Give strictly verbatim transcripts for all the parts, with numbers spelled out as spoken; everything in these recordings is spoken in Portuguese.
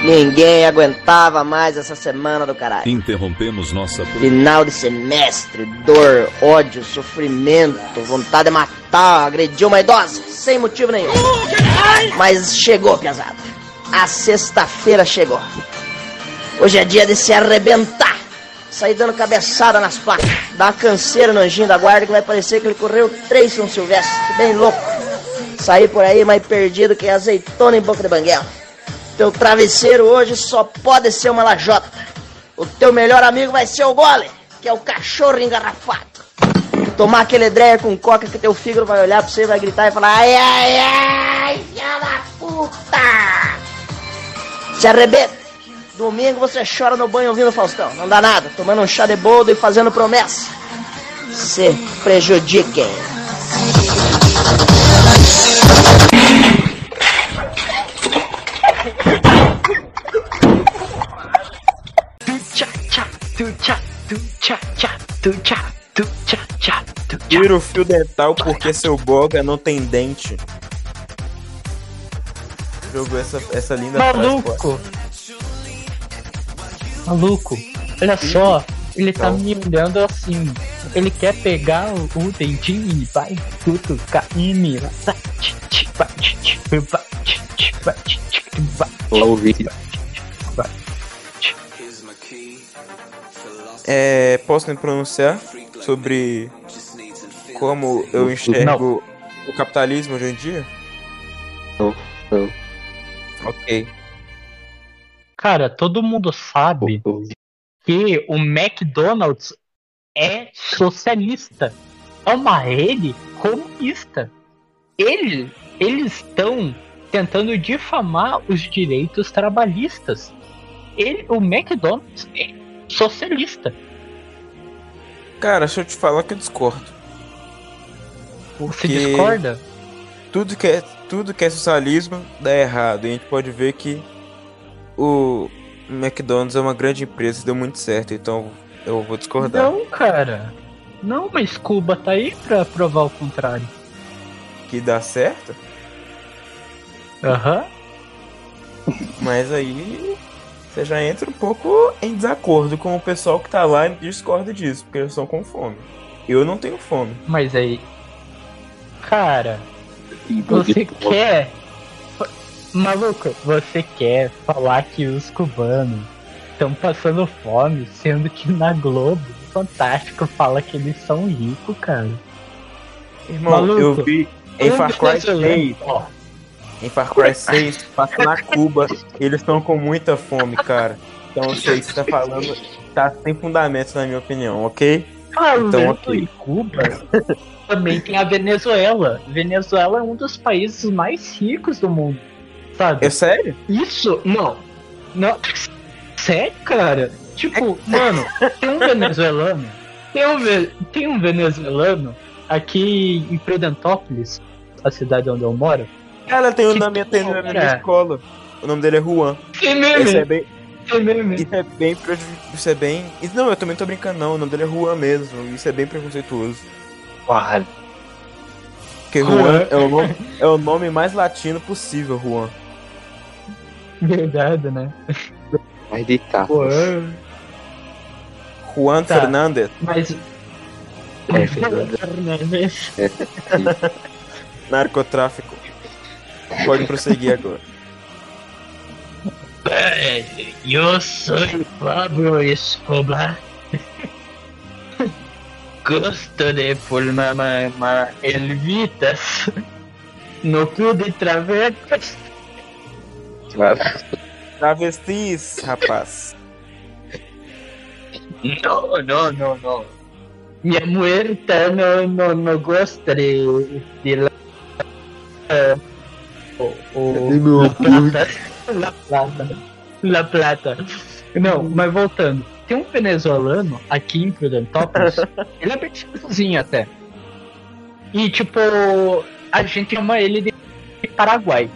Ninguém aguentava mais essa semana do caralho. Interrompemos nossa... Final de semestre, dor, ódio, sofrimento, vontade de matar, agredir uma idosa, sem motivo nenhum. Mas chegou, pesado. A sexta-feira chegou. Hoje é dia de se arrebentar. Sair dando cabeçada nas placas. Dar uma canseira no anjinho da guarda que vai parecer que ele correu três São Silvestre. Bem louco. Sair por aí mais perdido que azeitona em boca de banguela. Teu travesseiro hoje só pode ser uma lajota. O teu melhor amigo vai ser o gole, que é o cachorro engarrafado. Tomar aquele dreia com coca que teu fígado vai olhar pra você e vai gritar e falar: ai, ai, ai, filha da puta! Se arrebenta. Domingo você chora no banho ouvindo Faustão. Não dá nada, tomando um chá de boldo e fazendo promessa. Se prejudiquem. Tira o fio dental porque seu boga não tem dente. Jogou essa, essa linda Maluco! Maluco, olha só, ele tá me olhando assim. Ele quer pegar o, o dentinho e vai tudo cair. É, posso me pronunciar sobre como eu enxergo não. o capitalismo hoje em dia? Não, não. Ok. Cara, todo mundo sabe que o McDonald's é socialista. É uma rede comunista. Ele, eles estão tentando difamar os direitos trabalhistas. Ele, o McDonald's é socialista. Cara, deixa eu te falar que eu discordo. Você discorda? Tudo que, é, tudo que é socialismo dá errado. E a gente pode ver que o McDonald's é uma grande empresa e deu muito certo. Então eu vou discordar. Não, cara. Não, mas Cuba tá aí pra provar o contrário. Que dá certo? Aham. Uhum. Mas aí você já entra um pouco em desacordo com o pessoal que tá lá e discorda disso, porque eles estão com fome. Eu não tenho fome. Mas aí... Cara, você quer... Maluco, você quer falar que os cubanos estão passando fome, sendo que na Globo, Fantástico fala que eles são ricos, cara. Irmão, Maluco, eu vi em Far Cry seis... Ó. Em Far Cry seis, passa na Cuba, eles estão com muita fome, cara. Então, eu sei que você tá falando, tá sem fundamentos, na minha opinião, ok? Ah, então, ok. Em Cuba também tem a Venezuela. Venezuela é um dos países mais ricos do mundo, sabe? É sério? Isso? Não. Não. Sério, cara? Tipo, mano, tem um venezuelano, tem um, ve... tem um venezuelano aqui em Prudentópolis, a cidade onde eu moro. Ela tem o um nome até na minha escola. O nome dele é Juan. Sim, mesmo. Isso é bem. Sim, mesmo. Isso é bem. Isso é bem. Isso, não, eu também tô brincando, não. O nome dele é Juan mesmo. Isso é bem preconceituoso. Uau. Porque Juan é o, nome, é o nome mais latino possível, Juan. Verdade, né? Vai de carro. Juan. Juan tá. Fernandes. Mas. É, Fernandes. É. Narcotráfico. Pode prosseguir agora. Eu sou Pablo Escobar. Gosto de formar elvitas no clube de travestis. Travestis, rapaz. Não, não, não, não. Minha muerta não, não, não gosta de, de la, uh, o, o, la plata. La plata. La plata. Não, mas voltando. Tem um venezuelano aqui em Prudentópolis. Ele é bem simplesinho até. E tipo, a gente chama ele de Paraguai.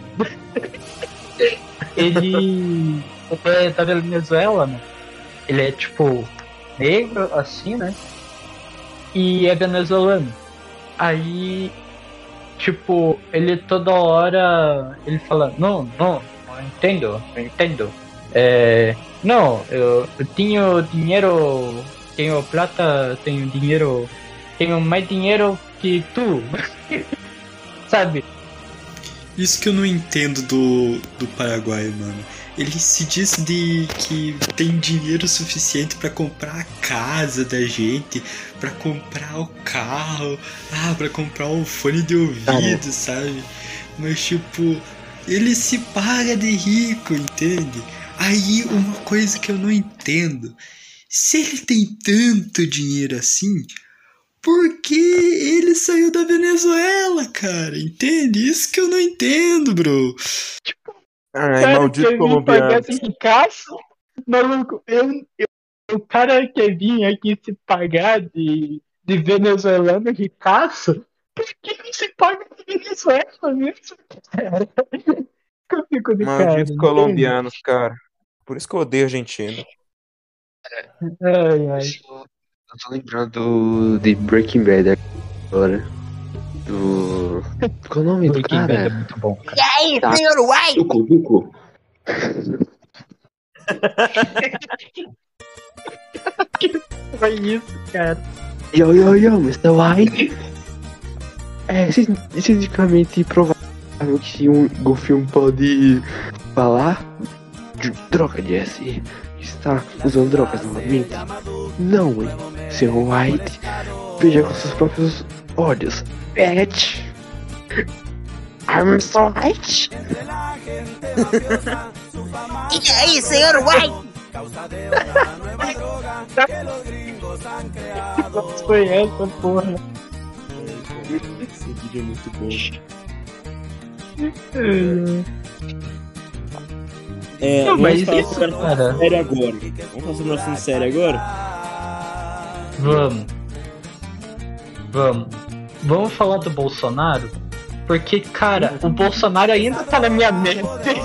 Ele é da Venezuela, né? Ele é tipo negro, assim, né? E é venezuelano. Aí, tipo, ele toda hora ele fala, não, não, não entendo, não entendo. É, não, eu, eu tenho dinheiro, tenho plata, tenho dinheiro, tenho mais dinheiro que tu, sabe? Isso que eu não entendo do, do Paraguai, mano. Ele se diz de que tem dinheiro suficiente pra comprar a casa da gente, pra comprar o carro, ah, pra comprar um fone de ouvido, ah, sabe? Mas tipo, ele se paga de rico, entende? Aí uma coisa que eu não entendo, se ele tem tanto dinheiro assim, por que ele saiu da Venezuela, cara? Entende? Isso que eu não entendo, bro. Tipo, Ai, cara, maldito colombiano. De ricaço, maluco, eu, eu, o cara quer vir aqui se pagar de, de venezuelano ricaço, por que não se paga de Venezuela mesmo, cara? Eu fico de Malditos cara, colombianos, cara. Por isso que eu odeio a Argentina. Ai, ai. Eu tô lembrando do, de Breaking Bad agora. Do. Qual o nome do Breaking cara? Bad é muito bom, cara. E aí, Tá. senhor White? Tuco, Tuco. Que foi isso, cara? Yo, yo, yo, mister White. É cientificamente provável que um golfinho pode falar de droga de S E. Está usando drogas novamente? Não, hein? senhor White, veja com seus próprios olhos. Bitch! I'm so white! E aí, senhor White? Que foi essa, porra? Esse vídeo é muito bom. É, Não, vamos mas falar isso, sobre cara. sério agora. Vamos falar sobre o assunto sério agora? Vamos. Vamos. Vamos falar do Bolsonaro? Porque, cara, o Bolsonaro ainda tá na minha mente.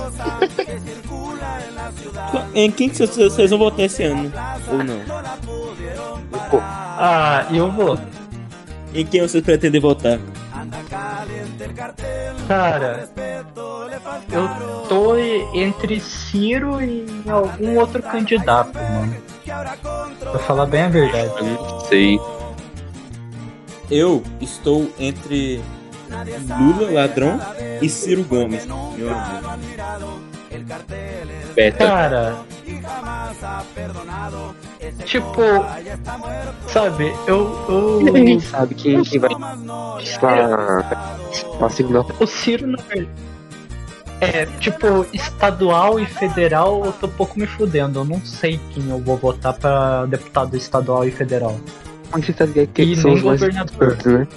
Em quem que vocês, vocês vão votar esse ano? Ou não? Ah, eu vou. Em quem vocês pretendem votar? Cara, eu tô entre Ciro e algum outro candidato, mano. Pra falar bem a verdade. Eu não sei. Eu estou entre Lula, ladrão, e Ciro Gomes, meu amigo. Beta. Cara, tipo, sabe, eu. Ninguém eu sabe quem, quem vai estar na segunda. o Ciro, na verdade. É, tipo, estadual e federal, eu tô um pouco me fudendo. Eu não sei quem eu vou votar pra deputado estadual e federal. Mas você tá ligado que E são nem os mais governador. importantes, né?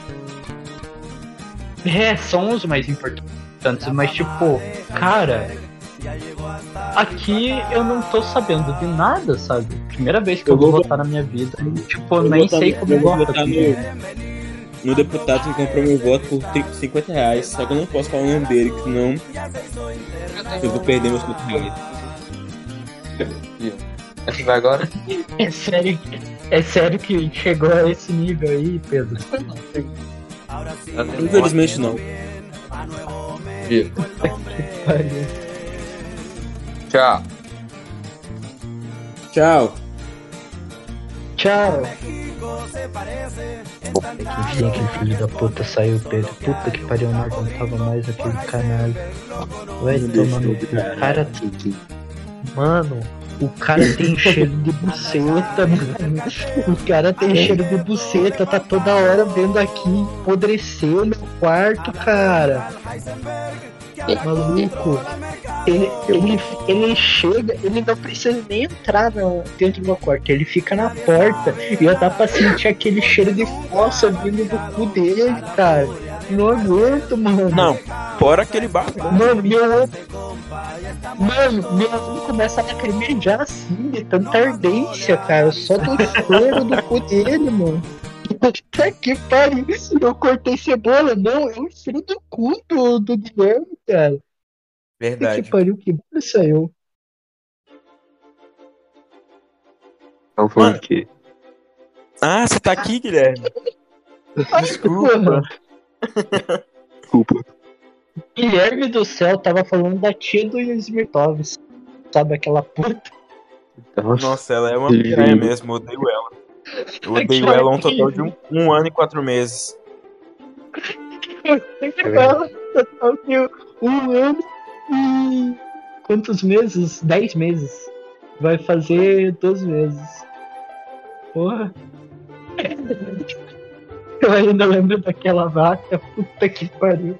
É, são os mais importantes, mas tipo, cara, aqui eu não tô sabendo de nada, sabe? Primeira vez que eu, Eu vou vou votar na minha vida. E, tipo, Eu nem vou votar sei no- como eu vou vota votar aqui. no, no deputado que comprou meu voto por trinta, cinquenta reais, só que eu não posso falar o nome dele, que senão eu vou perder meus cinquenta reais. Essa vai agora? É sério, é sério que chegou a esse nível aí, Pedro? Infelizmente não. Tchau. Tchau. Tchau. Enfim, aquele filho da puta saiu, Pedro. Puta que pariu, não aguentava mais aquele canalho. Vai tomar no cu. O cara. Mano, o cara tem cheiro de buceta, mano. O cara tem cheiro de buceta, tá toda hora vendo aqui apodrecer o meu quarto, cara. Maluco. Ele, ele, ele chega, ele não precisa nem entrar no, dentro do meu quarto, ele fica na porta e eu dá pra sentir aquele cheiro de fossa vindo do cu dele, cara. Não aguento, mano. Não, fora aquele barco. Mano, meu olho. Mano, meu olho começa a lacrimejar assim, de tanta ardência, cara. Só do cheiro do cu dele, mano. Puta que pariu. Eu cortei cebola, não. É o cheiro do cu do, do Guilherme, cara. Puta Verdade. que pariu, que barulho saiu. Estão falando Mano. que. Ah, você tá aqui, Guilherme? Desculpa. Desculpa. Guilherme do céu tava falando da tia do Smirtovs. sabe aquela puta? Nossa, ela é uma piranha mesmo, eu odeio ela. Eu odeio ela há um total de um, um ano e quatro meses. Ela total de um ano e... quantos meses? Dez meses. Vai fazer doze meses. Porra. Eu ainda lembro daquela vaca. Puta que pariu.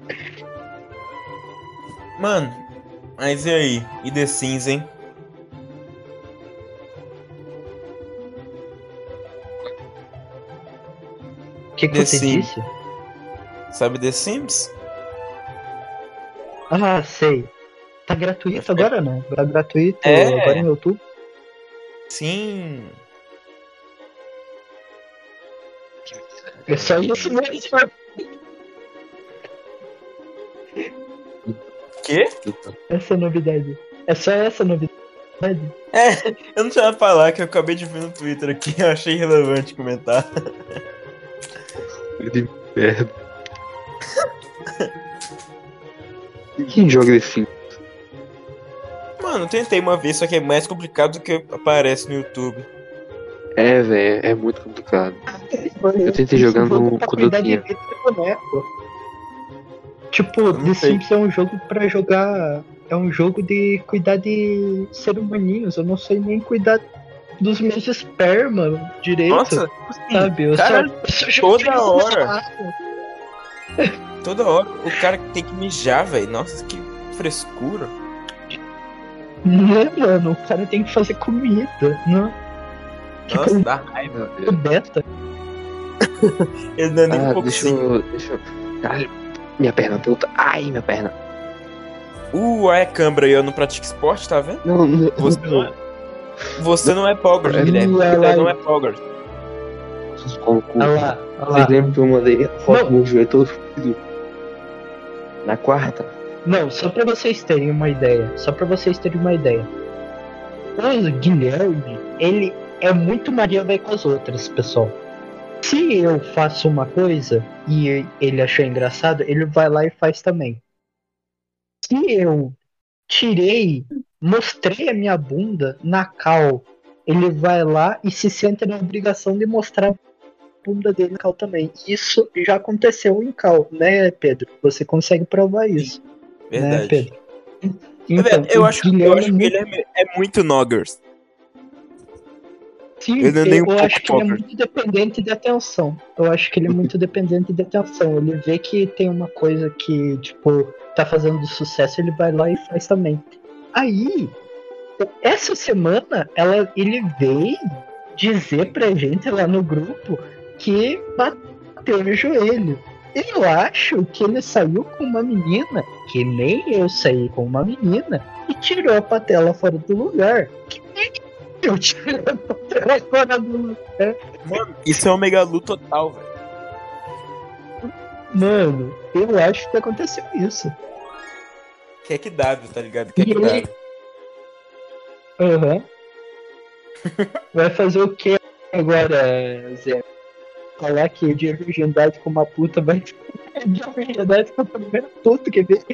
Mano, mas e aí? E The Sims, hein? O que, que The você Sims. disse? Sabe The Sims? Ah, sei. Tá gratuito agora, né? Tá gratuito É. agora no YouTube. Sim. É só isso mesmo. Quê? Essa é a novidade. É só essa novidade. É, eu não tinha nada pra falar que eu acabei de ver no Twitter aqui, eu achei relevante comentar. De merda. Quem joga The Sims? Mano, eu tentei uma vez, só que é mais complicado do que aparece no YouTube. É, velho, é muito complicado. Eu tentei jogar no- Pra quando eu cuidar tinha. de boneco. Tipo, não The sei. Sims é um jogo pra jogar. É um jogo de cuidar de ser humaninhos. Eu não sei nem cuidar dos meus esperma direito. Nossa, sabe? Eu cara, só, eu só toda jogo hora. lá. toda hora o cara tem que mijar, velho. Nossa, que frescura. Não, mano, o cara tem que fazer comida. Não. Que Nossa, dá raiva. comida besta. Ele não é nem um Ah, pouco deixa assim. eu. Deixa eu. Caralho, minha perna puta. Ai, minha perna. Uh, é câmera e eu não pratico esporte, tá vendo? Não, não. Você não é, você não é Poggers, É, Guilherme. não é Você lá. não é Poggers. Vocês falam com- Olha lá, olha lá. Vocês lembram que eu mandei a foto Não. do meu joelho todo fudido? Na quarta? Não, só pra vocês terem uma ideia. Só pra vocês terem uma ideia. O Guilherme, ele é muito Maria vai com as outras, pessoal. Se eu faço uma coisa e ele achou engraçado, ele vai lá e faz também. Se eu tirei, mostrei a minha bunda na cal, ele vai lá e se sente na obrigação de mostrar a bunda dele na cal também. Isso já aconteceu em cal, né, Pedro? Você consegue provar isso, né, Verdade. Pedro? Então, eu o acho, eu Guilherme acho que o Guilherme é muito Noggers. Sim, Ele não é nem eu um pouco acho que ele é pobre. muito dependente de atenção. Eu acho que ele é muito dependente de atenção. Ele vê que tem uma coisa que, tipo, tá fazendo sucesso, ele vai lá e faz também. Aí, essa semana, ela, ele veio dizer pra gente lá no grupo que bateu no joelho. Eu acho que ele saiu com uma menina, que nem eu saí com uma menina, e tirou a patela fora do lugar. Que nem eu tirei a patela fora do lugar. Mano, isso é um megalu total, velho. Mano, eu acho que aconteceu isso. Quer que W, tá ligado? Quer que E ele- W. Aham. Vai fazer o que agora, Zé? Falar que de virgindade com uma puta vai de virgindade com a primeira puta, quer ver?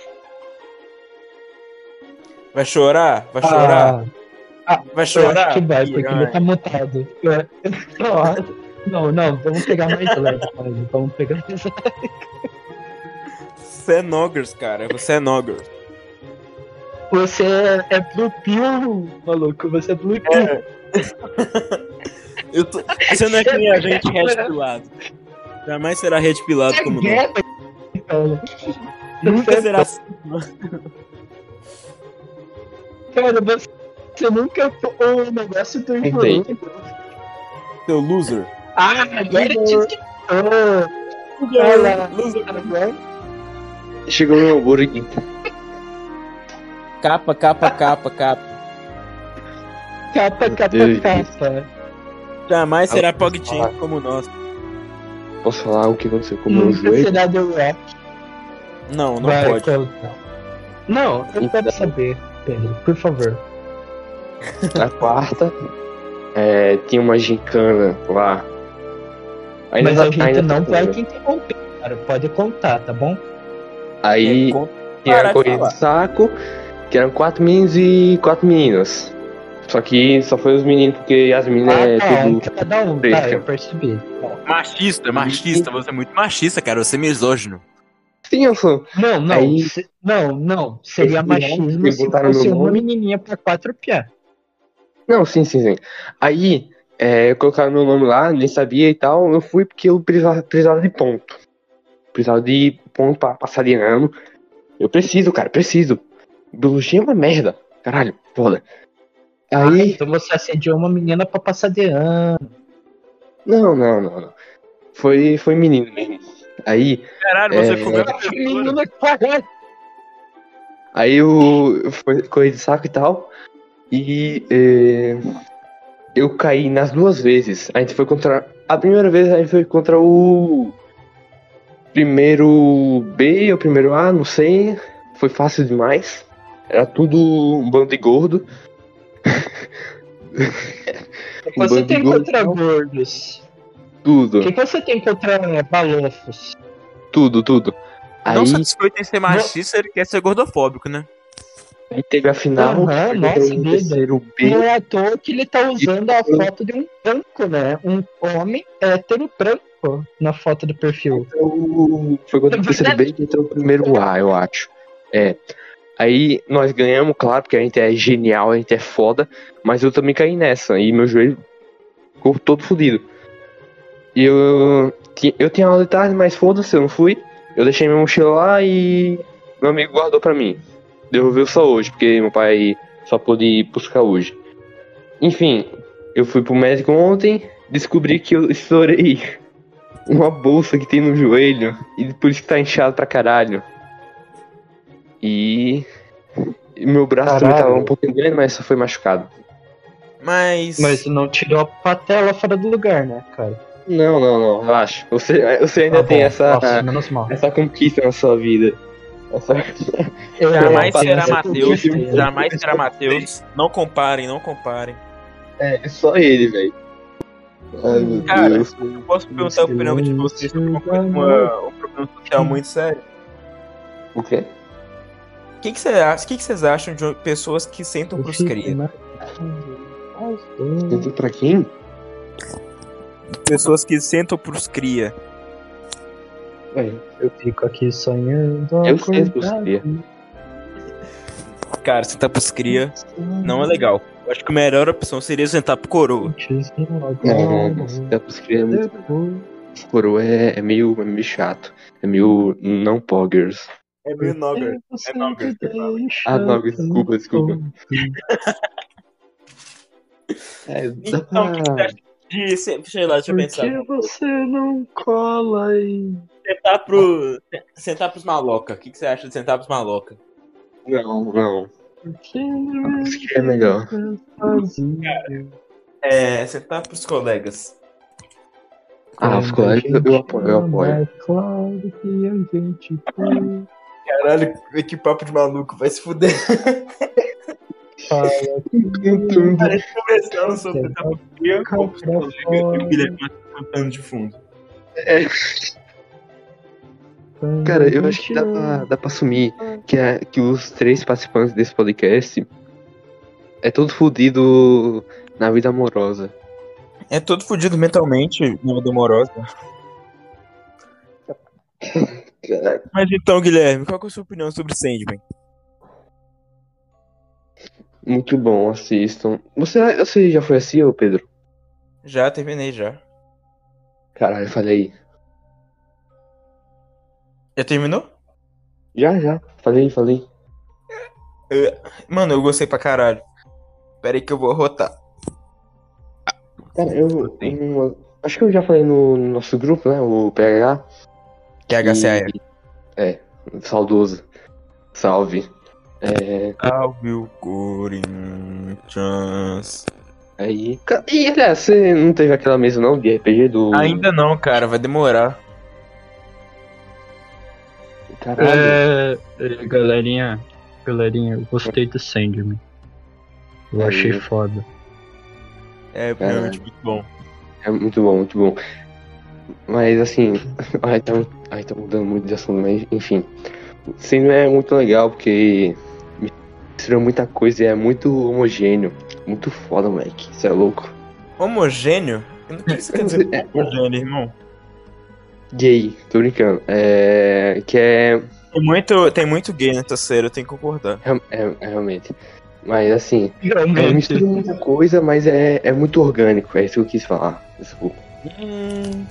Vai chorar? Vai chorar? Ah, Vai eu chorar? acho que vai, porque Piranha. ele tá mutado. Eu- Não, não, vamos pegar mais leve, pai. Vamos pegar mais leve. Você é Noggers, cara. Você é Noggers. Você é, é Blue Pill, maluco. Você é Blue Pill. Eu tô... Você não é que nem a gente red pilado. Jamais será red pilado como nós. guerra, cara. Nunca será assim. Cara, você, você nunca foi o negócio do Entendi. influencer. Seu loser. Ah, agora te citou. Olha lá. Loser. Agora Chegou meu hambúrguer aqui. Capa, capa, capa, capa. capa, Meu capa, Deus. capa. Jamais será Ah, posso PogChamp falar? como nós. Posso falar o que aconteceu com o meu Nunca joelho? será do rap. Não, não Vai, pode. conta. Não, eu Então. quero saber, Pedro, por favor. Na quarta, é, tinha uma gincana lá. Ainda Mas tá- a gente ainda não tá vai tendo. te interromper, cara. Pode contar, tá bom? Aí É, conta- tinha parar a de corrida falar. de saco Que eram quatro meninos e quatro meninas. Só que só foi os meninos, porque as meninas é Ah, tá, tudo. cada um, tá, fresca. eu percebi. Tá. Machista, machista, você é muito machista, cara. Você é misógino. Sim, eu sou. Não, não, Aí- se- não, não. Seria Esse machismo nome, se botaram fosse meu uma nome. menininha pra quatro piá. Não, sim, sim, sim. Aí, é, colocaram meu nome lá, nem sabia e tal. Eu fui porque eu precisava, precisava de ponto. Precisava de ponto pra passar de ano. Eu preciso, cara, preciso. Biologia é uma merda. Caralho, foda. Ah, Aí. então você assediou uma menina pra passar de ano. Não, não, não, não. Foi, foi menino mesmo. Aí. Caralho, você É, comeu a professora. Menina, caralho. Aí eu fui correr de saco e tal. E é, eu caí nas duas vezes. A gente foi contra. A primeira vez a gente foi contra o primeiro B ou primeiro A, não sei. Foi fácil demais. Era tudo um bando de gordo. O que Um você bando de tem gordo, contra não. gordos? Tudo, O que que você tem contra balofos? tudo, tudo. Aí, Não satisfeito em ser machista, ele quer ser gordofóbico, né? aí teve a final. Aham, foi nossa, contra o vida. terceiro B. Não é à toa que ele tá usando a foto de um branco, né? Um homem hétero branco na foto do perfil. O- Foi contra o É terceiro B que entrou o primeiro A, eu acho. É. Aí nós ganhamos, claro, porque a gente é genial, a gente é foda, mas eu também caí nessa, e meu joelho ficou todo fodido. E eu, ti- eu tinha aula de tarde, mas foda-se, eu não fui. Eu deixei minha mochila lá e meu amigo guardou pra mim. Devolveu só hoje, porque meu pai só pôde ir buscar hoje. Enfim, eu fui pro médico ontem, descobri que eu estourei uma bolsa que tem no joelho, e por isso que tá inchado pra caralho. E e meu braço também Caralho. tava um pouquinho grande, mas só foi machucado. Mas. Mas não tirou a patela fora do lugar, né, cara? Não, não, não, relaxa. Você, você ainda Tá tem bom, essa, Nossa, menos mal. essa conquista na sua vida. Essa... Eu Jamais tenho será essa Matheus. conquista. Jamais será Matheus. Não comparem, não comparem. É, só ele, velho. Ai, meu Cara, Deus. Eu posso perguntar a opinião de vocês sobre uma coisa, uma- um problema social muito sério? O quê? O que, que, você acha, o que, que vocês acham de pessoas que sentam pros cria? Tentou pra quem? Pessoas que sentam pros cria. Ué, Eu fico aqui sonhando. eu sei acordado. pros cria. Cara, sentar pros cria não é legal. Eu acho que a melhor opção seria sentar pro coroa. Não, não, não. Se der pros cria é muito. Coroa é, é, meio, é meio chato. É meio não poggers. É meio nogger. É nogger que fala. Ah, não, desculpa, desculpa. É, dá Então, o que, que você pra... acha de, se- sei lá, deixa eu Por pensar. que você não cola aí? Sentar pro. Sentar pros maloca. O que, que você acha de sentar pros maloca? Não, não. Por que não Pros cria é melhor. sozinho? É, sentar pros colegas. Ah, os colegas eu, eu apoio, eu apoio. É claro que a gente foi. Caralho, que papo de maluco, vai se fuder. Fala A gente conversando sobre sentar pros cria com os colegas e o Guilherme cantando de fundo. Cara, eu acho que dá pra, dá pra assumir que, é, que os três participantes desse podcast é todo fudido na vida amorosa. É todo fudido mentalmente, não demorosa. Cara, Mas então, Guilherme, qual que é a sua opinião sobre Sandman? muito bom, assistam. Você, você já foi assim, ô Pedro? Já terminei já. Caralho, falei. Já terminou? Já, já. Falei, falei. Mano, eu gostei pra caralho. Pera aí que eu vou rotar. Cara, eu, eu- acho que eu já falei no, no nosso grupo, né? O P H. Que é H C A E. E- É, saudoso. Salve. É, Salve o Corinthians. aí. Ca- E aliás, você não teve aquela mesa não de R P G do. Ainda não, cara, vai demorar. Caralho. É, é, galerinha, galerinha, eu gostei do Sandman. Eu Aí. achei foda. É realmente muito bom. É muito bom, muito bom. Mas assim, ai, tá, ai, tá mudando muito de assunto, mas enfim. Sim, é muito legal porque mistura muita coisa e é muito homogêneo. Muito foda, moleque. Isso é louco. Homogêneo? O que você quer dizer com homogêneo, irmão? Gay, tô brincando. É. Que é. Tem muito, tem muito gay nessa série, eu tenho que concordar. É, é- é realmente. Mas assim, é, Realmente. mistura muita coisa, mas é, é muito orgânico. É isso que eu quis falar. Desculpa. Hum.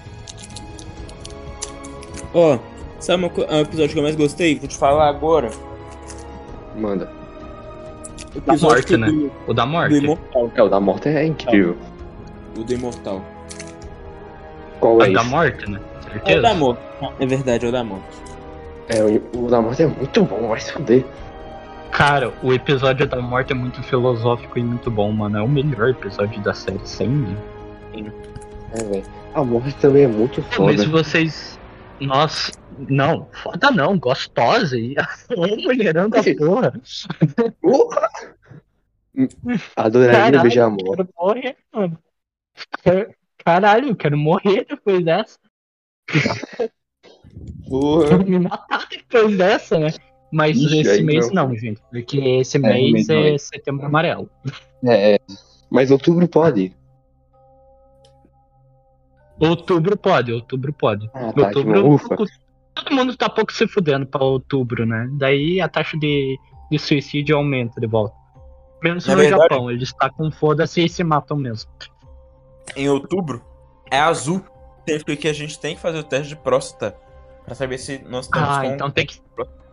Ó, sabe uma co- um episódio que eu mais gostei? Vou te falar agora. Manda. O Da episódio morte, que- né? do, O da do morte. Imortal. É, o da morte é incrível. O do Imortal. Qual é O da isso? morte, né? É o Certeza? da morte. É verdade, é o da morte. É, o, o da morte é muito bom, vai se fuder. Cara, o episódio da morte é muito filosófico e muito bom, mano. É o melhor episódio da série, sem mim. É, velho. A morte também é muito Pô, mas foda. se vocês. Nossa, não, foda não, gostosa. E a mulherão da porra. Porra! Adoraria Caralho, beijar a eu morte. quero morrer, mano. Caralho, eu quero morrer depois dessa. Porra. Me matar depois dessa, né? Mas Ixi, esse aí mês não. não, gente. Porque esse mês mês não, é hein? setembro amarelo. É, é. Mas outubro pode. Outubro pode, outubro pode. Ah, tá, que Outubro, bom. Ufa. todo mundo tá pouco se fudendo pra outubro, né? Daí a taxa de, de suicídio aumenta de volta. Menos Na no verdade- Japão, eles tacam foda-se e se matam mesmo. Em outubro, é azul. Significa que a gente tem que fazer o teste de próstata pra saber se nós estamos Ah, com... então tem que.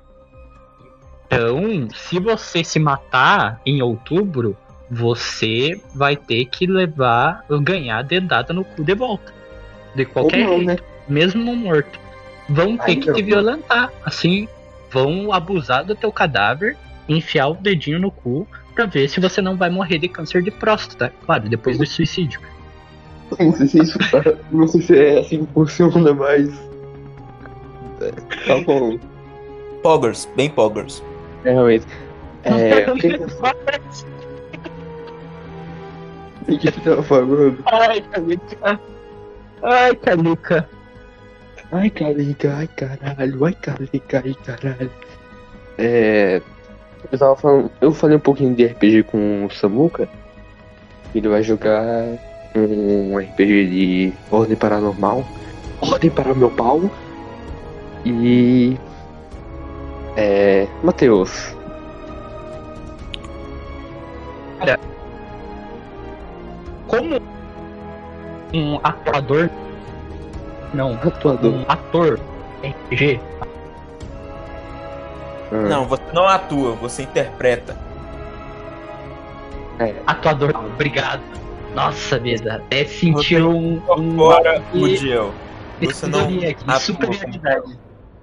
Então, se você se matar em outubro, você vai ter que levar, ganhar a dedada no cu de volta. De qualquer Ou não, jeito, né? mesmo morto. Vão ter Ai, que não. te violentar. Assim, vão abusar do teu cadáver, enfiar o dedinho no cu pra ver se você não vai morrer de câncer de próstata. Claro, depois do suicídio. Não sei se isso tá- não sei se é assim que funciona, mas. É, tá bom. Poggers, bem poggers. É, realmente. É. O que o que você tava falando? Ai, Calica. Ai, Calica. Ai, Calica, ai, caralho, ai, Calica, ai, caralho. É. Eu tava falando. Eu falei um pouquinho de R P G com o Samuka. Ele vai jogar um R P G de Ordem Paranormal. Ordem para meu pau. E. É. Matheus. Como um atuador. Não, Atuador. um ator R P G. Ah, Não, você não atua, você interpreta. Atuador, obrigado. Nossa, vida, até sentiu um. um Fora o e- Diel. Você não sabedoria aqui, atua superioridade.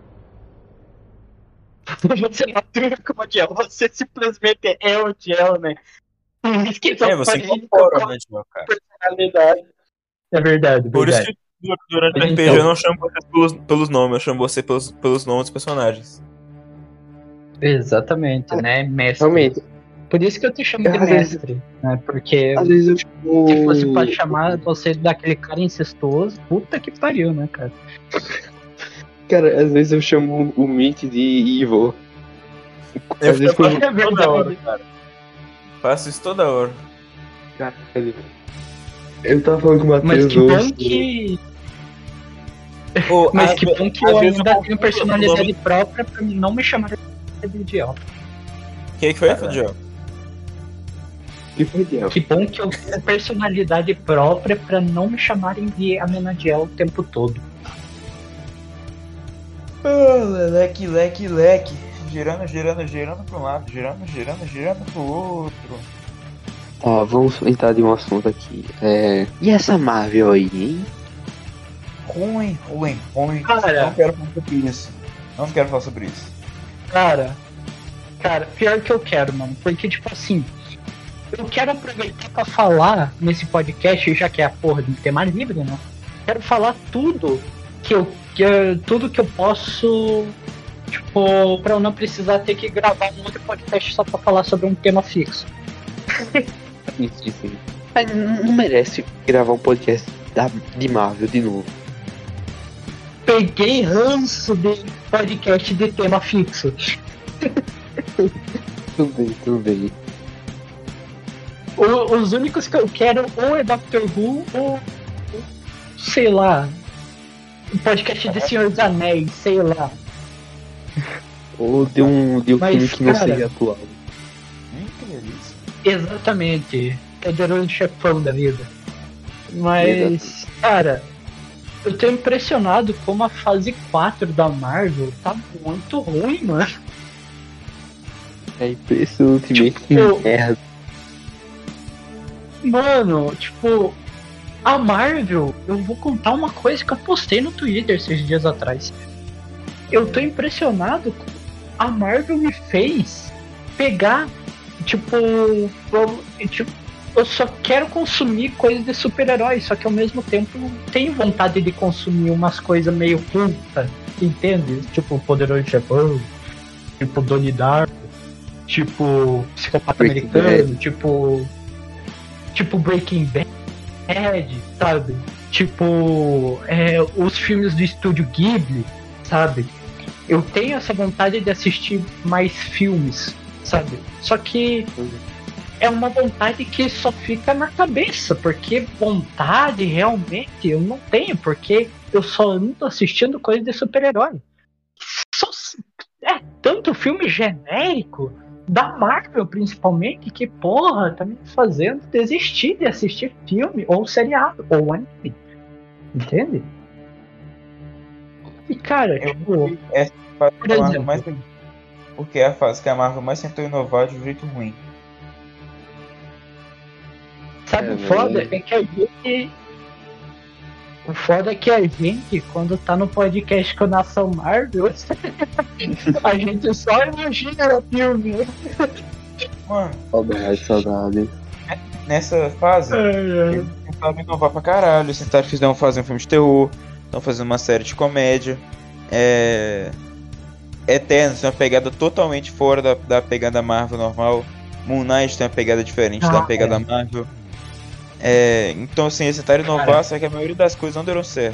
Você não atua como o Diel, você simplesmente é o Diel, né? É, você incorpora, né, Diel, cara? personalidade. É verdade, Por isso verdade. que du- durante o Então. R P G eu não chamo você pelos, pelos nomes, eu chamo você pelos, pelos nomes dos personagens. Exatamente, né? Mestre. Realmente. Por isso que eu te chamo de Às vezes- mestre, né? Porque Às vezes eu chamo. se fosse pra chamar você daquele cara incestuoso, puta que pariu, né, cara? Cara, às vezes eu chamo o Mitch de Evil. Eu Às vezes faço foi- isso toda hora, cara. Faço isso toda hora. Caralho. Eu tava falando com o Mas Matheus que bom hoje. que. Ô, Mas às que ve- bom que às eu vezes ainda eu tenho confundo personalidade o nome- própria pra não me chamar de idiota. O que, que foi, Diel? Que foi, Diel? Que bom que eu tenho personalidade própria pra não me chamarem de Amenadiel o tempo todo. Ah, leque, leque, leque. Girando, girando, girando pra um lado, girando, girando, girando pro outro. Ó, vamos entrar de um assunto aqui. É... E essa Marvel aí, hein? Ruim, ruim, ruim. Cara. Não quero falar sobre isso. Não quero falar sobre isso. Cara, cara, pior que eu quero, mano. Porque, tipo assim, eu quero aproveitar pra falar nesse podcast, já que é a porra de tema livre, né? Quero falar tudo que eu, que eu- tudo que eu posso, tipo, pra eu não precisar ter que gravar um outro podcast só pra falar sobre um tema fixo. Sim, sim, sim. Mas não não merece gravar um podcast da, de Marvel de novo. Peguei ranço de podcast de tema fixo. Tudo bem, tudo bem. O- os únicos que eu quero ou é Doctor Who ou, sei lá, o podcast de Senhor dos Anéis, sei lá. Ou de um, de um Mas, filme que não cara- seja atual. Hum, que delícia. Exatamente. Poderoso chefão da vida. Mas, cara, eu tô impressionado como a fase quatro da Marvel tá muito ruim, mano. É impressionantemente Tipo, merda. Mano, tipo, a Marvel, eu vou contar uma coisa que eu postei no Twitter esses dias atrás. Eu tô impressionado com a Marvel me fez pegar, tipo, eu, tipo, eu só quero consumir coisas de super-heróis, só que ao mesmo tempo eu tenho vontade de consumir umas coisas meio culta, entende? Tipo, Poderoso Chefão, tipo, Donnie Darko, tipo, Psicopata Breaking Americano, tipo, tipo Breaking Bad, sabe? Tipo, é, os filmes do estúdio Ghibli, sabe? Eu tenho essa vontade de assistir mais filmes, sabe? Só que é uma vontade que só fica na cabeça, porque vontade realmente eu não tenho, porque eu só ando assistindo coisas de super-herói. Só é tanto filme genérico da Marvel, principalmente, que porra, tá me fazendo desistir de assistir filme ou seriado ou anime. Entende? E cara, Eu tipo, Essa fase por que a Marvel exemplo, mais porque é a fase que a Marvel mais tentou inovar de um jeito ruim. sabe É, o foda? velho. É que a gente. O foda é que a gente, quando tá no podcast com a Nação Marvel, a gente só imagina o filme. Mano, Saudade, saudade. nessa fase, eles tentaram inovar pra caralho. Eles tentaram fizeram fazer um filme de terror, estão fazendo uma série de comédia. É. Eternos tem uma pegada totalmente fora da, da pegada Marvel normal. Moon Knight tem uma pegada diferente Ah, da pegada é. Marvel. É, então, assim, eles tentaram inovar, Cara. só que a maioria das coisas não deram certo.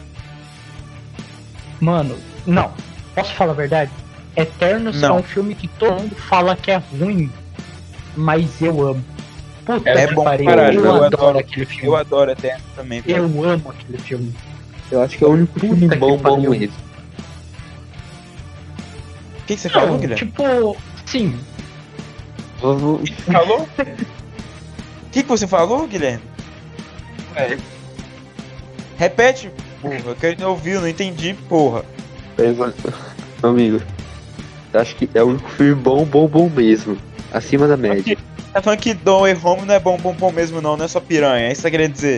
Mano, não. Posso falar a verdade? Eternos Não. é um filme que todo mundo fala que é ruim, mas eu amo. Puta É que bom pariu, caralho, eu, eu adoro adoro- aquele filme. Eu adoro Eternos também. velho. Eu amo aquele filme. Eu acho que é o único Puta filme que bom, bom pariu. mesmo. O que, que você falou, Não, Guilherme? tipo, sim. Vamos. Falou? O que, que você falou, Guilherme? É. Repete, porra. Eu quero ouvir, eu não entendi, porra. Amigo, eu acho que é o único filme bom, bom, bom mesmo. Acima da média. Tá falando que Don Way Home não é bom, bom, bom mesmo, não. Não é só piranha. É isso que você queria dizer.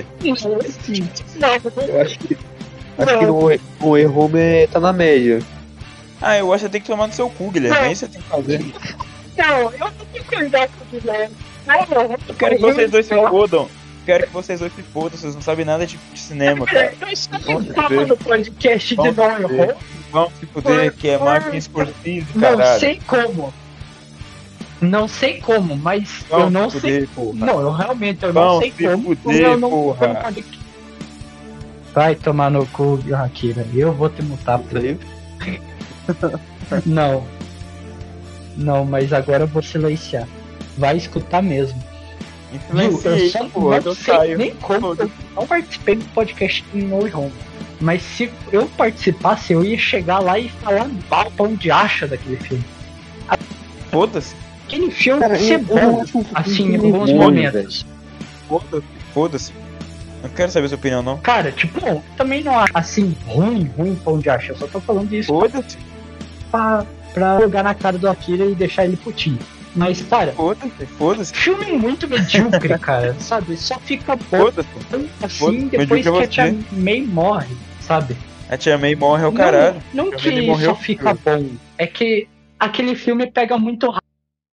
Eu acho que. Acho que o, o Errome é, tá na média. Ah, eu acho que você tem que tomar no seu cu, Guilherme. É isso que você tem que fazer. Não, eu não concordar com o Guilherme. Eu quero que vocês dois se fodam. Quero que vocês dois se fodam. Vocês não sabem nada de, de cinema, cara. Eu estava Vamos ver. no podcast de Vamos Noel ver. Home. Vão se fuder, que é Martin Scorsese, Não caralho. sei como. Não sei como, mas Vão eu não se sei. fuder, porra. Não, eu realmente eu Vão não sei se como. fuder, eu não, porra. eu não pode- Vai tomar no cu, Akira. Eu vou te mutar pra ele. Não. Não, mas agora eu vou silenciar. Vai escutar mesmo. Viu? Eu Influenciei, só porra, não então sei saio. nem como. Eu não participei do podcast do No Way Home. Mas se eu participasse, eu ia chegar lá e falar mal pra onde acha daquele filme. Foda-se, Aquele filme Cara, ser eu- eu bom, acho um assim, em filme alguns ruim, momentos. foda-se, foda-se. Não quero saber sua opinião, não. Cara, tipo, eu também não acho assim, ruim, ruim pra onde acha. Eu só tô falando isso Foda-se, pra, pra jogar na cara do Akira e deixar ele putinho. Mas, cara, foda-se, foda-se, filme muito medíocre, cara, sabe? Só fica bom foda-se. assim Foda-se, depois que medíocre é a Tia você. May morre, sabe? A Tia May morre ao caralho. Não, não A que Tia May morreu. só fica bom, é que aquele filme pega muito hype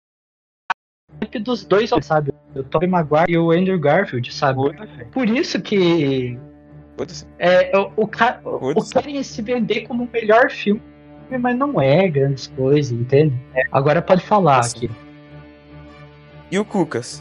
dos dois, sabe? O Tobey Maguire e o Andrew Garfield, sabe? Foda-se, Por isso que foda-se. é, o, o, ca- o Foda-se. querem se vender como o melhor filme, mas não é grandes coisas, entende? Agora pode falar Sim. aqui. E o Cucas?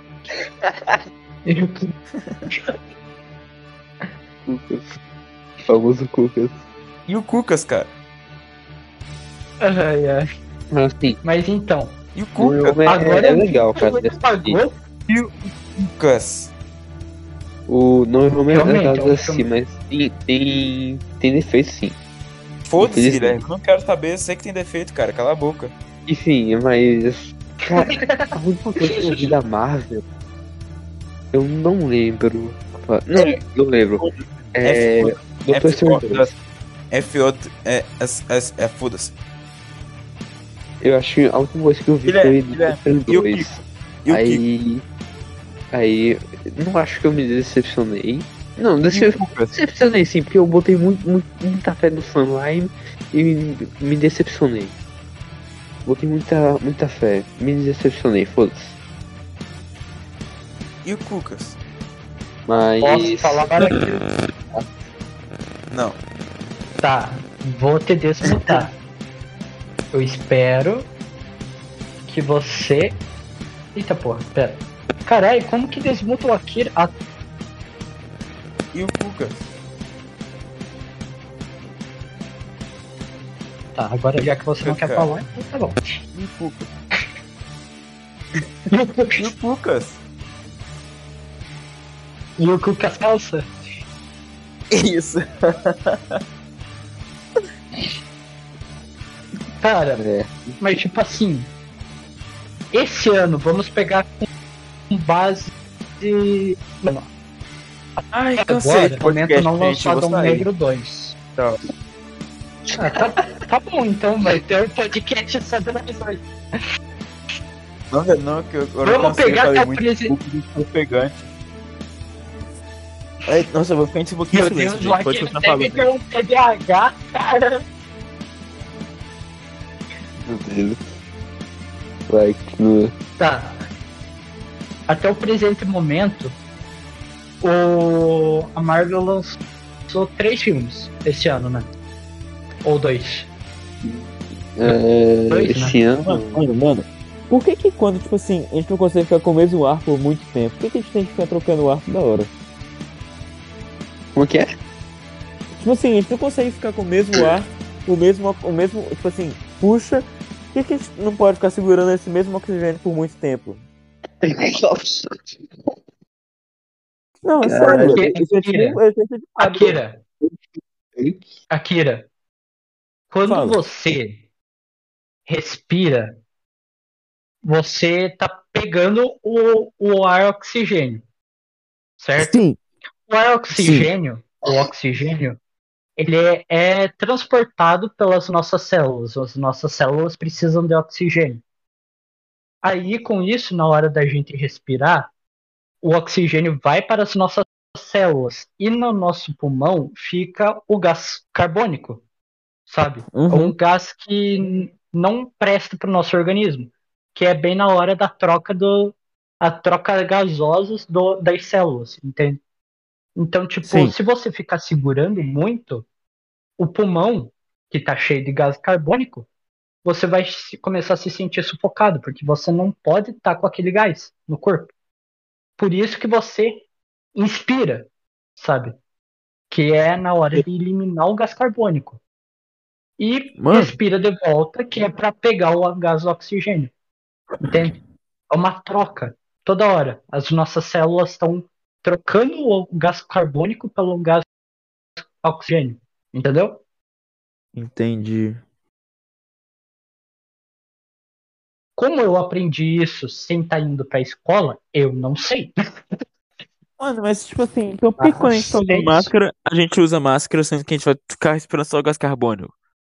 Cucas. Famoso Cucas. E o Cucas, cara? Ai, ai. Mas assim, Mas então, E o Cuca? É, Agora é legal, cara. ele pagou. E o Lucas? O No Way Home é Realmente, legal é um assim, filme. mas tem, tem, tem defeito sim. Foda-se, Infelizmente. Guilherme. Eu não quero saber, eu sei que tem defeito, cara. Cala a boca. Enfim, mas. Cara, a última coisa que eu vi da Marvel. Eu não lembro. Não, não lembro. É. F- Doutor Estranho dois. F O é, é, é, é foda-se. Eu acho que a última coisa que eu vi Guilherme, foi Doutor Guilherme, Estranho e o dois. Kiko? E o Kiko? Aí. Aí. Não acho que eu me decepcionei. Não, decep- decepcionei sim, porque eu botei muito, muito, muita fé no Sunline e me, me decepcionei. Botei muita, muita fé, me decepcionei, foda-se. E o Cucas? Mas. Posso falar aqui? Não. Tá, vou te desmutar. Eu espero que você. Eita porra, pera. Caralho, como que desmuta o Akira? Ah, E o Cucas? tá, agora já que você não quer Cara. falar, então tá bom. E o Cucas? E o Cucas? E o cu com as calças? Isso. Cara, É. mas tipo assim. Esse ano vamos pegar com base de. Mano, Ai, agora, momento não lançado vou um sair. Negro dois. Tchau. Ah, tá, tá bom, então vai ter um podcast só de nós dois. Não, não, que eu agora eu Vamos cansei, pegar falei a muito presi- pouco do ofegante. Ai, nossa, eu vou ficar em pouquinho Meu silêncio, Deus, gente. lá Pode que continuar deve falando. ter um T D A H, cara. Meu Deus. Vai, continua. Tá. Até o presente momento, o... a Marvel lançou três filmes esse ano, né? Ou dois. É, Dois, esse ano. Mano, mano, por que que quando, tipo assim, a gente não consegue ficar com o mesmo ar por muito tempo? Por que que a gente tem que ficar trocando o ar toda hora? Como que é? Tipo assim, a gente não consegue ficar com o mesmo ar, o mesmo, o mesmo, tipo assim, puxa. Por que que a gente não pode ficar segurando esse mesmo oxigênio por muito tempo? Não, é sério. Akira, Esse é tipo, esse é tipo- Akira, Akira, quando Fala. você respira, você tá pegando o, o ar oxigênio, certo? Sim, O ar oxigênio, o oxigênio, ele é, é transportado pelas nossas células. As nossas células precisam de oxigênio. Aí, com isso, na hora da gente respirar, o oxigênio vai para as nossas células e no nosso pulmão fica o gás carbônico, sabe? É Uhum. um gás que não presta para o nosso organismo, que é bem na hora da troca do a troca gasosa do, das células, entende? Então, tipo, Sim. se você ficar segurando muito o pulmão, que tá cheio de gás carbônico, você vai se- começar a se sentir sufocado, porque você não pode estar com aquele gás no corpo. Por isso que você inspira, sabe? Que é na hora de eliminar o gás carbônico. E Mano. respira de volta, que é para pegar o gás do oxigênio. Entende? É uma troca. Toda hora. As nossas células estão trocando o gás carbônico pelo gás oxigênio. Entendeu? entendi. Como eu aprendi isso sem estar indo pra escola, eu não sei. Mano, mas tipo assim, então por que Ah, quando a gente tá é usando isso. máscara, a gente usa máscara sendo que a gente vai ficar respirando só gás carbônico?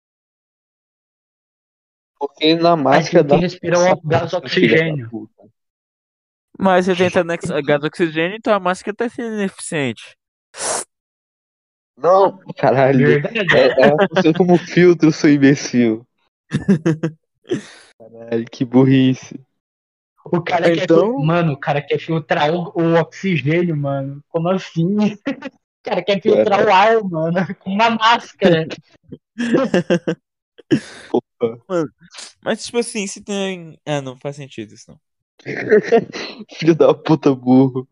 Porque na A máscara gente dá. respira o gás oxigênio. Mas você tenta nex- gás oxigênio, então a máscara tá sendo ineficiente. Não, caralho. Verdade. É, ela funciona como filtro, seu imbecil. Caralho, que burrice. O cara quer. Então- Mano, o cara quer filtrar o, o oxigênio, mano. Como assim? O cara quer filtrar o ar, mano. Com uma máscara. Mas tipo assim, se tem. Ah, não faz sentido isso não. Filho da puta burro.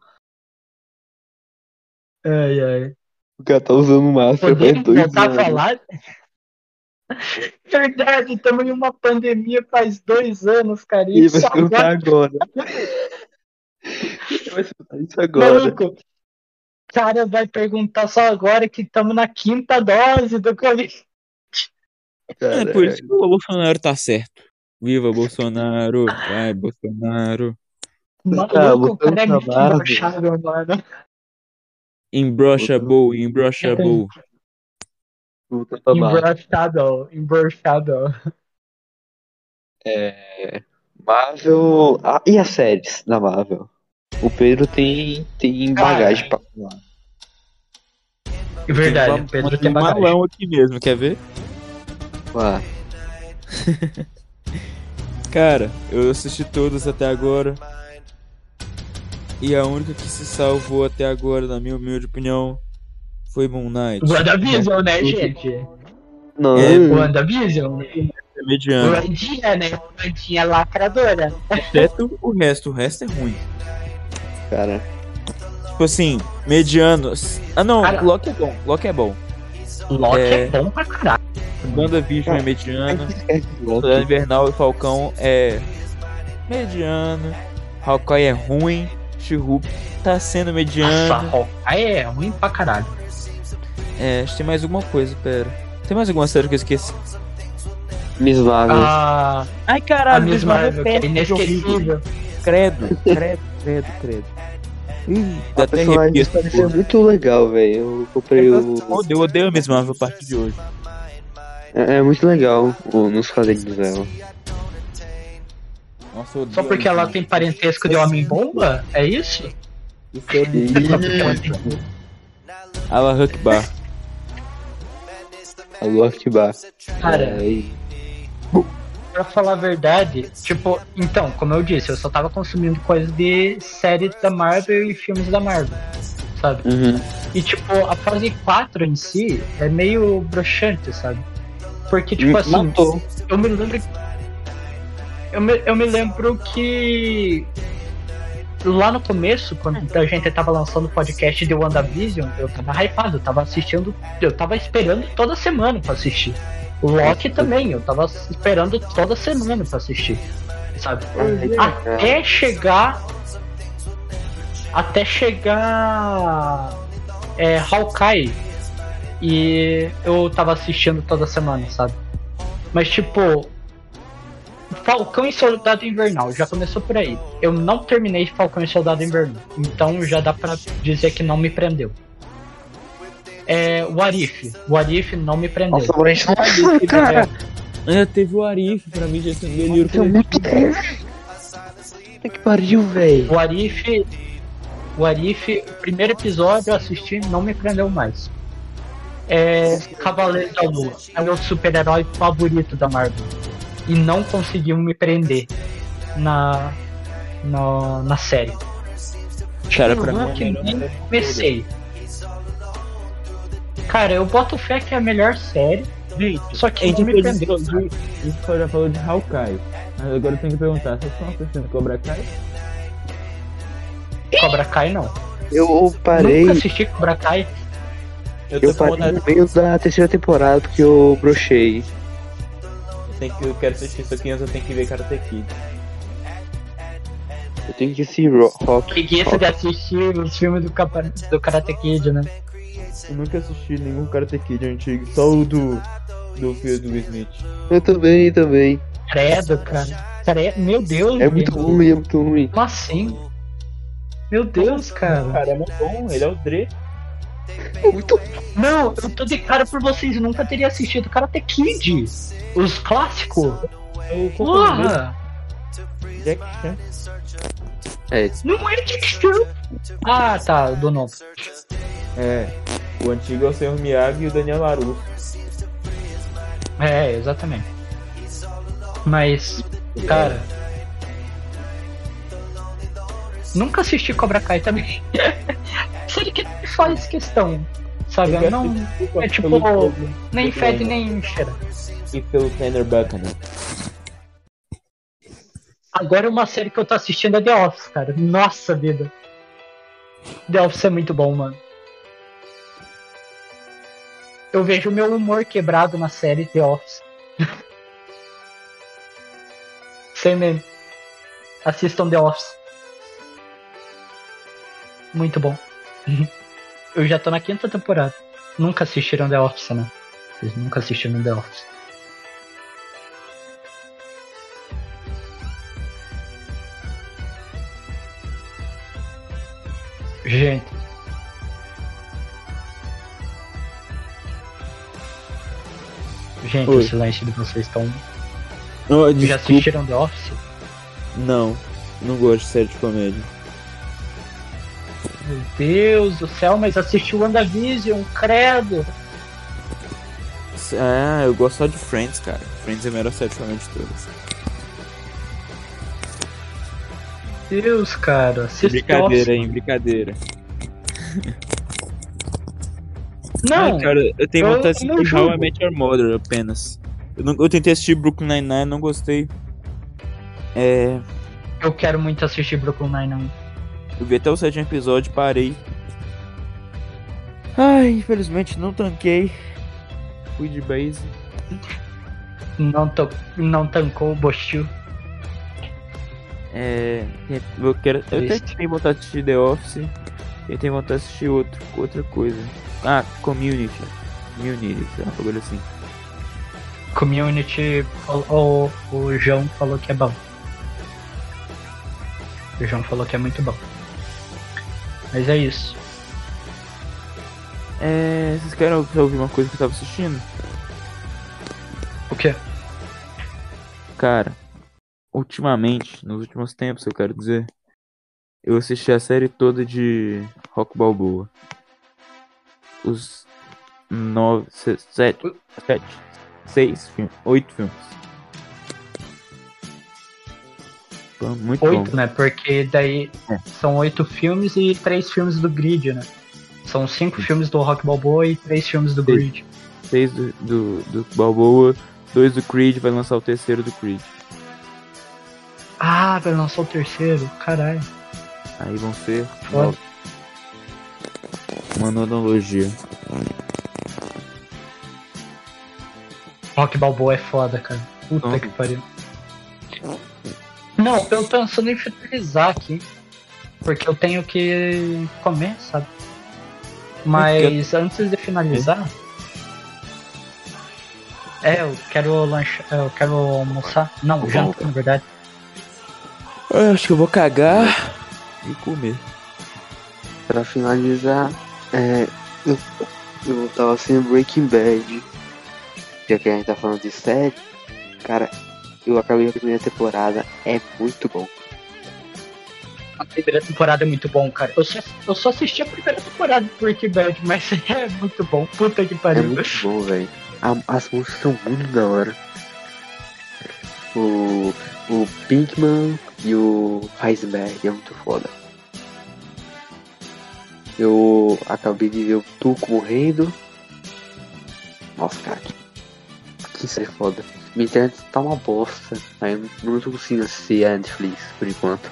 Ai, ai. O cara tá usando máscara faz Podemos dois voltar a anos. falar? Verdade, estamos em uma pandemia faz dois anos, cara. E Isso vai perguntar agora. agora. Vai escutar isso agora. Maluco, o cara vai perguntar só agora que estamos na quinta dose do Covid. É por isso que o Bolsonaro tá certo. Viva Bolsonaro! Vai, Bolsonaro! Maluco, o cara é voltando muito pra Marvel. embaixado, mano. Imbrochável, imbrochável. Voltando pra Marvel. Embroxado, embroxado. É, Marvel. Ah, e as séries da Marvel? O Pedro tem, tem bagagem pra falar. Verdade, o Pedro tem um bagagem. malão aqui mesmo, quer ver? Ah, Cara, eu assisti todas até agora. E a única que se salvou até agora, na minha humilde opinião, foi Moon Knight. WandaVision, né, gente? não. É, WandaVision. É mediano. Wandinha, né? Wandinha lacradora. Exceto o resto, o resto é ruim. Cara. Tipo assim, mediano. Ah não, Cara. Loki é bom, Loki é bom. Loki é, É. bom pra caralho. WandaVision é mediano. Soldado Invernal e Falcão é mediano. Hawkeye é ruim. She-Hulk tá sendo Nossa, mediano. Hawkeye é ruim pra caralho. É, acho que tem mais alguma coisa, pera. Tem mais alguma série que eu esqueci? Miss Marvel. Ah, Ai a caralho, Miss Marvel, que é inesquecível. Credo, credo, credo, credo. Ih, dá A até personagem arrepio essa parecia porra. muito legal, velho. Eu comprei o. Eu odeio a Miss Marvel a partir de hoje. É, é muito legal o, nos quadrinhos dela. Nossa, eu odeio Só a porque Miss ela Marvel. tem parentesco de Homem-Bomba? É isso? Isso é E... Allah Akbar. Alô, Akibar. Cara, É, e- pra falar a verdade, tipo, então, como eu disse, eu só tava consumindo coisas de séries da Marvel e filmes da Marvel, sabe? Uhum. E, tipo, a fase quatro em si é meio broxante, sabe? Porque, tipo assim, Matou. eu me lembro. Eu me, eu me lembro que. Lá no começo, quando a gente tava lançando o podcast de WandaVision, eu tava hypado, eu tava assistindo. Eu tava esperando toda semana pra assistir. O Loki também, eu tava esperando toda semana pra assistir, sabe? Até chegar. Até chegar. É, Hawkeye. E eu tava assistindo toda semana, sabe? Mas tipo. Falcão e Soldado Invernal, já começou por aí. Eu não terminei Falcão e Soldado Invernal, então já dá pra dizer que não me prendeu. É, o Arif, o Arif não me prendeu. Nossa, agora a gente não cara. É, teve o Arif pra mim, já sendo delírio. Isso é muito bom. Puta que pariu, velho. O Arif, o Arif, o primeiro episódio eu assisti, não me prendeu mais. É, Cavaleiro da Lua, é o meu super-herói favorito da Marvel. E não conseguiu me prender na, na, na série. Cara, pra mim, que é a melhor nem série de comecei. Cara, eu boto fé que é a melhor série, Gente, só a que gente não me fez prendeu. isso, de- a gente só já falou de Hawkeye. Mas agora eu tenho que perguntar, vocês estão assistindo Cobra Kai? Cobra Kai não. Eu parei. Nunca assisti Cobra Kai. Eu tô Eu com parei vontade, no meio da terceira temporada porque eu brochei. eu, tenho que, eu quero assistir isso aqui, antes eu tenho que ver Karate Kid. Eu tenho que assistir ro- rock. Preguiça de assistir os filmes do, capa- do Karate Kid, né? Eu nunca assisti nenhum Karate Kid antigo, só o do, do filme do Will Smith. Eu também, também. Credo, cara. Credo. Meu Deus, É muito gente. ruim, é muito ruim. Como assim? Meu Deus, cara. Cara, é muito bom, ele é o Dre. Não, eu tô de cara por vocês. Eu nunca teria assistido Karate Kid. Os clássicos. É o companheiro Porra! Jack Chan. É, Não é Jack Chan. Ah, tá, do novo. É, o antigo é o senhor Miyagi e o Daniel LaRusso. É, exatamente. Mas, cara. Nunca assisti Cobra Kai também. Sério que não faz questão. Sabe? Eu não. É tipo. Nem fede nem cheira. E pelo Tanner Buchanan. Agora uma série que eu tô assistindo é The Office, cara. Nossa vida. The Office é muito bom, mano. eu vejo meu humor quebrado na série The Office. Sem meme. Assistam The Office. Muito bom. Eu já tô na quinta temporada. Nunca assistiram The Office, né? Vocês nunca assistiram The Office. Gente. Gente, Oi. o silêncio de vocês estão... Oh, Já desculpa. assistiram The Office? Não, não gosto de série de comédia. Meu Deus do céu, mas assistiu WandaVision, credo! Ah, eu gosto só de Friends, cara. Friends é a melhor série de comédia de todas. Deus, cara, assiste The Brincadeira, Office. hein, brincadeira. Não, Ah, cara, eu tenho eu vontade de não assistir How I julgo. Met Your Mother apenas. Eu, não, eu tentei assistir Brooklyn Nine-Nine, não gostei. É, eu quero muito assistir Brooklyn Nine-Nine. eu vi até o sétimo episódio, parei. Ai, infelizmente não tanquei. Fui de base. Não, to... não tancou o Bostil. É, eu quero, eu até Triste. tenho vontade de assistir The Office. Eu tenho vontade de assistir outro, outra coisa. Ah, Community. Community, sei lá, um bagulho assim. Community, o, o, o João falou que é bom. O João falou que é muito bom. Mas é isso. É, vocês querem ouvir uma coisa que eu tava assistindo? O quê? Cara, ultimamente, nos últimos tempos, eu quero dizer, eu assisti a série toda de Rock Balboa. Os nove, se- sete, sete, seis filmes, oito filmes. Pô, muito Oito, bom. né? Porque daí É. são oito filmes e três filmes do Grid, né? São cinco filmes do Rock Balboa e três filmes do Sim. Grid. Seis do, do, do Balboa, dois do Creed, vai lançar o terceiro do Creed. Ah, vai lançar o terceiro? Caralho. Aí vão ser Foda. nove. Uma nonologia. Rock Balboa é foda, cara. Puta Uhum. que pariu. Não, eu tô pensando em finalizar aqui. Porque eu tenho que comer, sabe? Mas antes de finalizar. É, eu quero lanchar. Eu quero almoçar. Não, jantar, na verdade. Eu acho que eu vou cagar e comer. Pra finalizar, é, eu, eu tava assistindo Breaking Bad. Já que a gente tá falando de série, cara, eu acabei a primeira temporada, é muito bom. A primeira temporada é muito bom, cara. Eu só, eu só assisti a primeira temporada do Breaking Bad, mas é muito bom. Puta que É pariu. muito bom, velho. As músicas são muito da hora. O, o Pinkman e o Heisenberg é muito foda. Eu acabei de ver o Tuco morrendo. Nossa, cara, que, que isso é foda. Minha internet tá uma bosta. Aí eu não tô conseguindo assistir a Netflix por enquanto.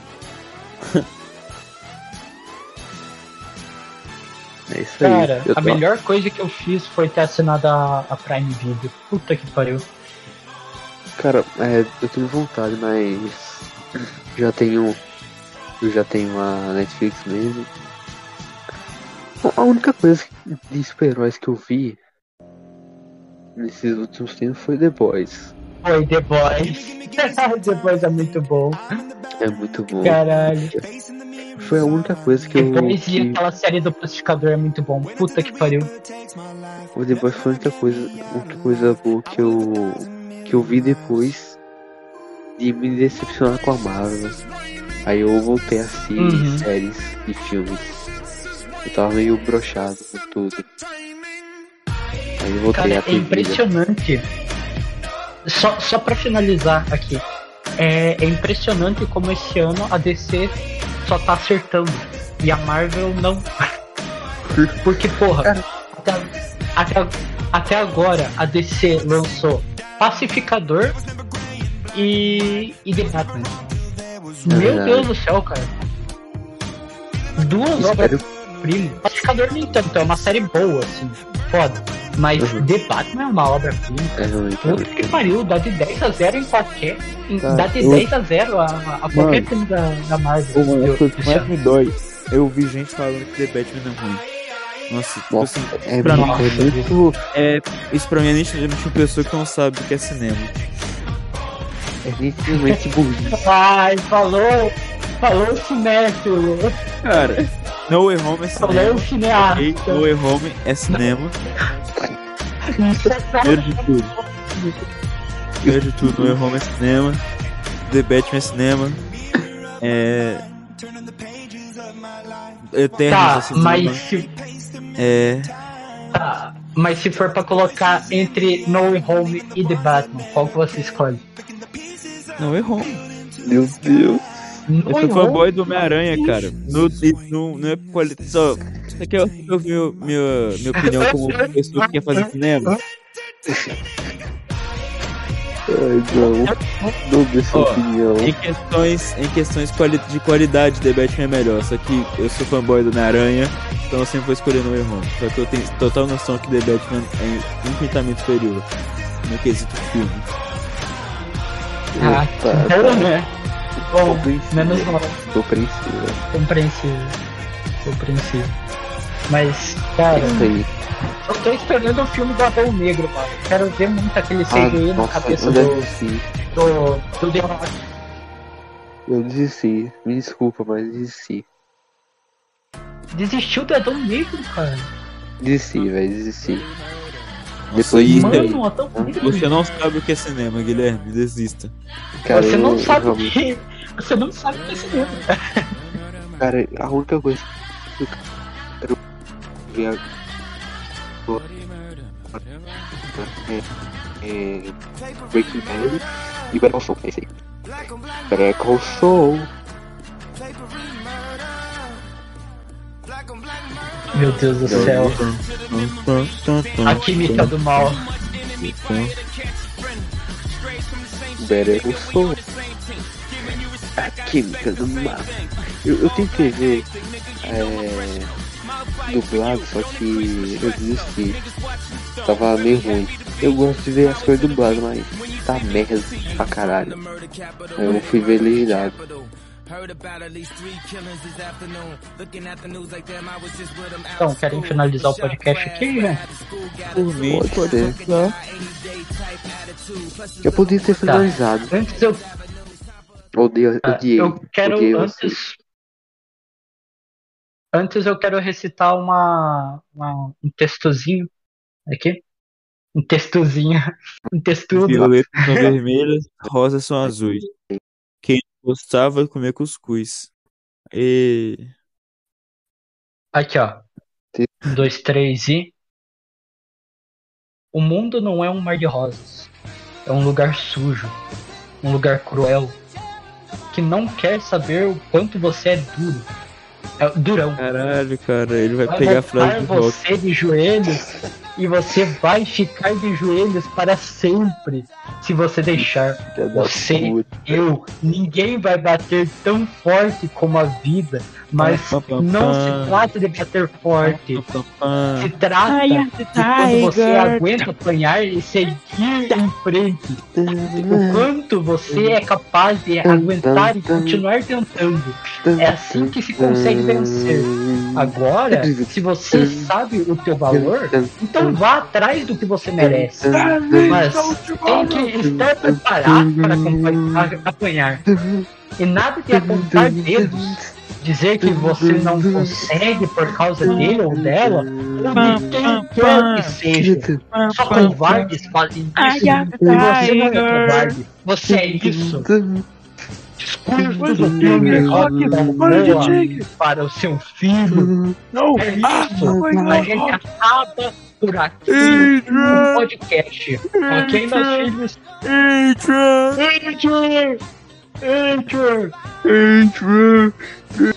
É isso aí. Cara, Eu a tô- melhor coisa que eu fiz foi ter assinado a, a Prime Video. Puta que pariu. Cara, é, eu tenho vontade, mas já tenho. Eu já tenho a Netflix mesmo. A única coisa de super-heróis que eu vi nesses últimos tempos foi The Boys. Foi The Boys. The Boys é muito bom. É muito bom. Caralho. Foi a única coisa que The eu. Boys e Que, aquela série do Pacificador é muito bom. Puta que pariu. o The Boys foi a única coisa, a única coisa boa que eu. Que eu vi depois de me decepcionar com a Marvel. Aí eu voltei a assistir Uhum. séries e filmes. Eu tava meio broxado com tudo. Aí eu voltei Cara, a é ter vida. impressionante. Só, só pra finalizar aqui. É, é impressionante como esse ano a D C só tá acertando. E a Marvel não. Porque, porra, até, até, até agora a D C lançou Pacificador e, e The Batman. Meu verdade. Deus do céu, cara. Duas Espero, obras-primas. Pacificador nem tanto, é uma série boa, assim. Foda. Mas Uhum. The Batman é uma obra-prima. É ruim, Puta que pariu, dá de dez a zero em qualquer. em- Cara, dá de eu- dez a zero a, a qualquer Mano. filme da, da Marvel. Ô, mano, Eu- a coisa que mais eu- me dói, eu vi gente falando que The Batman é ruim. Nossa, tipo Nossa, assim, é, pra muito, mim, é muito. é, isso pra mim é nitidamente uma pessoa que não sabe o que é cinema. É nitidamente burrice. Ai, falou! Falou o cinéfilo! Cara, No Way Home é Falou cinema. o cineasta! Ok? No Way Home é cinema. Primeiro de tudo. Primeiro de tudo, No Way Home é cinema. The Batman é cinema. É. Eternos é Tá, cinema. mas se, É. tá, mas se for pra colocar entre No Way Home e The Batman, qual que você escolhe? No Way Home. Meu Deus. No Eu Way sou fanboy Home? do Homem-Aranha, cara. No, no, não é qualidade. Só. Isso aqui é eu vi minha, minha opinião como pessoa que quer fazer cinema. Ai, não. Não dê sua Ó, opinião. Em questões, em questões quali- de qualidade, The Batman é melhor. Só que eu sou fanboy do Homem-Aranha, então eu sempre vou escolher No Way Home. Só que eu tenho total noção que The Batman é infinitamente superior no quesito filme. Ah, Tá, bom, tá. né? Bom, Compreensível. menos mal. Compreensível. Compreensível. Compreensível. Mas, cara, Isso aí. eu tô esperando o filme do Adão Negro, mano. Quero ver muito aquele C G I Ah, na nossa, cabeça eu do, desisti. do, do The Rock. Eu desisti. Me desculpa, mas desisti. Desistiu do Adão Negro, cara. Desisti, velho. Desisti. Nossa, Depois isso disso, aí. Mano, o Adão Negro. Você não sabe o que é cinema, Guilherme. Desista. cara, Você não eu- sabe eu o que. Você não sabe o que é cinema. Cara, a única coisa que eu quero ver agora é, é Breaking Bad e Better Call Saul, é isso aí. Better Call Saul. Meu Deus do céu. A química do mal. Better Call Saul. A química do mal. Eu, eu tentei ver é, dublado, só que eu desisti. Tava meio ruim. Eu gosto de ver as coisas dubladas, mas tá merda pra caralho. Aí eu fui ver legendado. Então, querem finalizar o podcast aqui, né? Por mim, Pode pode ser. continuar. Já podia ter finalizado. Antes eu, Odeio, ah, odiei. eu quero odiei você. antes. Antes eu quero recitar uma, uma um textozinho aqui. Um textozinho. Um textudo. Violetas são vermelhas, rosas são azuis. Quem gostava de comer cuscuz. E. Aqui, ó. Um, dois, três e. O mundo não é um mar de rosas. É um lugar sujo. Um lugar cruel. Que não quer saber o quanto você é duro. É durão. Caralho, cara, ele vai Vai pegar a botar frase do rock. você de joelhos e você vai ficar de joelhos para sempre se você deixar. Filha da Você, puta. eu, ninguém vai bater tão forte como a vida, mas Pam, pam, pam, não pam. se trata de bater forte. Pam, pam, Se trata de quando você aguenta apanhar e seguir em frente. O quanto você é capaz de aguentar e continuar tentando. É assim que se consegue vencer. Agora, se você sabe o teu valor, então vá atrás do que você merece. Mas tem que estar preparado para acompanhar- apanhar. E nada de apontar dedos, dizer que você não consegue por causa dele ou dela, ou de quem quer que seja. Só covardes fazem isso. E você não é covarde. Você é isso. Discurso do Tony Rock Balboa para o seu filho. É isso. A gente acaba por aqui no podcast. Ok, meus filhos? Enter! Enter! Enter!